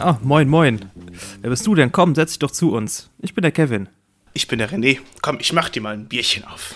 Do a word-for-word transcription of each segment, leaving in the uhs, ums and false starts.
Ah, moin, moin. Wer bist du denn? Komm, setz dich doch zu uns. Ich bin der Kevin. Ich bin der René. Komm, ich mach dir mal ein Bierchen auf.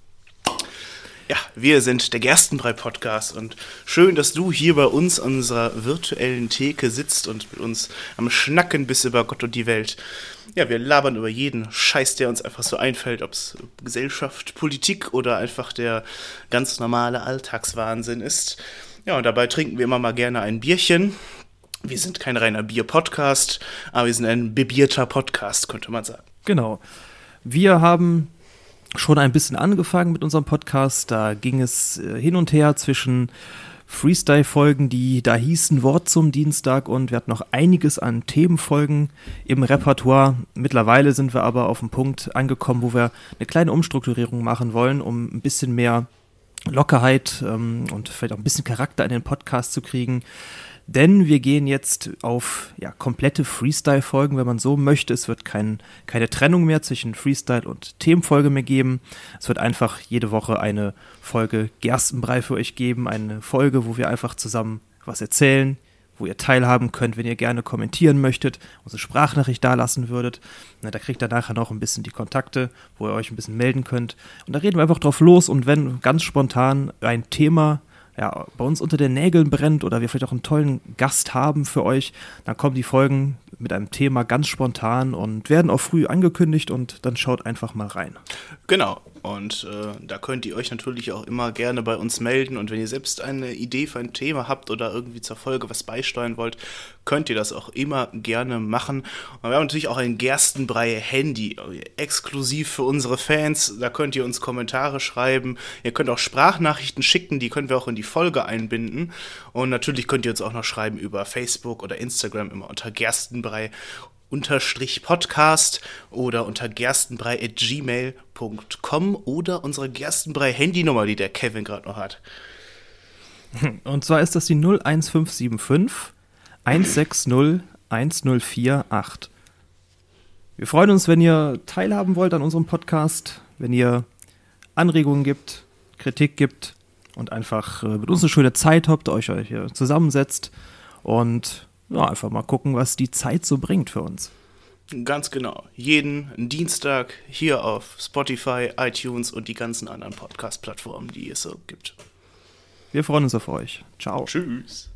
Ja, wir sind der Gerstenbrei-Podcast und schön, dass du hier bei uns an unserer virtuellen Theke sitzt und mit uns am Schnacken bist über Gott und die Welt. Ja, wir labern über jeden Scheiß, der uns einfach so einfällt, ob es Gesellschaft, Politik oder einfach der ganz normale Alltagswahnsinn ist. Ja, und dabei trinken wir immer mal gerne ein Bierchen. Wir sind kein reiner Bier-Podcast, aber wir sind ein bebierter Podcast, könnte man sagen. Genau. Wir haben schon ein bisschen angefangen mit unserem Podcast. Da ging es äh, hin und her zwischen Freestyle-Folgen, die da hießen Wort zum Dienstag, und wir hatten noch einiges an Themenfolgen im Repertoire. Mittlerweile sind wir aber auf den Punkt angekommen, wo wir eine kleine Umstrukturierung machen wollen, um ein bisschen mehr Lockerheit ähm, und vielleicht auch ein bisschen Charakter in den Podcast zu kriegen. Denn wir gehen jetzt auf ja, komplette Freestyle-Folgen, wenn man so möchte. Es wird kein, keine Trennung mehr zwischen Freestyle und Themenfolge mehr geben. Es wird einfach jede Woche eine Folge Gerstenbrei für euch geben. Eine Folge, wo wir einfach zusammen was erzählen, wo ihr teilhaben könnt, wenn ihr gerne kommentieren möchtet, unsere Sprachnachricht dalassen würdet. Na, da kriegt ihr nachher noch ein bisschen die Kontakte, wo ihr euch ein bisschen melden könnt. Und da reden wir einfach drauf los. Und wenn ganz spontan ein Thema ja, bei uns unter den Nägeln brennt oder wir vielleicht auch einen tollen Gast haben für euch, dann kommen die Folgen mit einem Thema ganz spontan und werden auch früh angekündigt, und dann schaut einfach mal rein. Genau, und äh, da könnt ihr euch natürlich auch immer gerne bei uns melden, und wenn ihr selbst eine Idee für ein Thema habt oder irgendwie zur Folge was beisteuern wollt, könnt ihr das auch immer gerne machen. Und wir haben natürlich auch ein Gerstenbrei-Handy, exklusiv für unsere Fans. Da könnt ihr uns Kommentare schreiben, ihr könnt auch Sprachnachrichten schicken, die können wir auch in die Folge einbinden, und natürlich könnt ihr uns auch noch schreiben über Facebook oder Instagram, immer unter Gerstenbrei unterstrich Podcast oder unter gerstenbrei at gmail punkt com oder unsere Gerstenbrei-Handynummer, die der Kevin gerade noch hat. Und zwar ist das die null eins fünf sieben fünf eins sechs null eins null vier acht. Wir freuen uns, wenn ihr teilhaben wollt an unserem Podcast, wenn ihr Anregungen gibt, Kritik gibt und einfach mit uns eine schöne Zeit habt, euch hier zusammensetzt und ja, einfach mal gucken, was die Zeit so bringt für uns. Ganz genau. Jeden Dienstag hier auf Spotify, iTunes und die ganzen anderen Podcast-Plattformen, die es so gibt. Wir freuen uns auf euch. Ciao. Tschüss.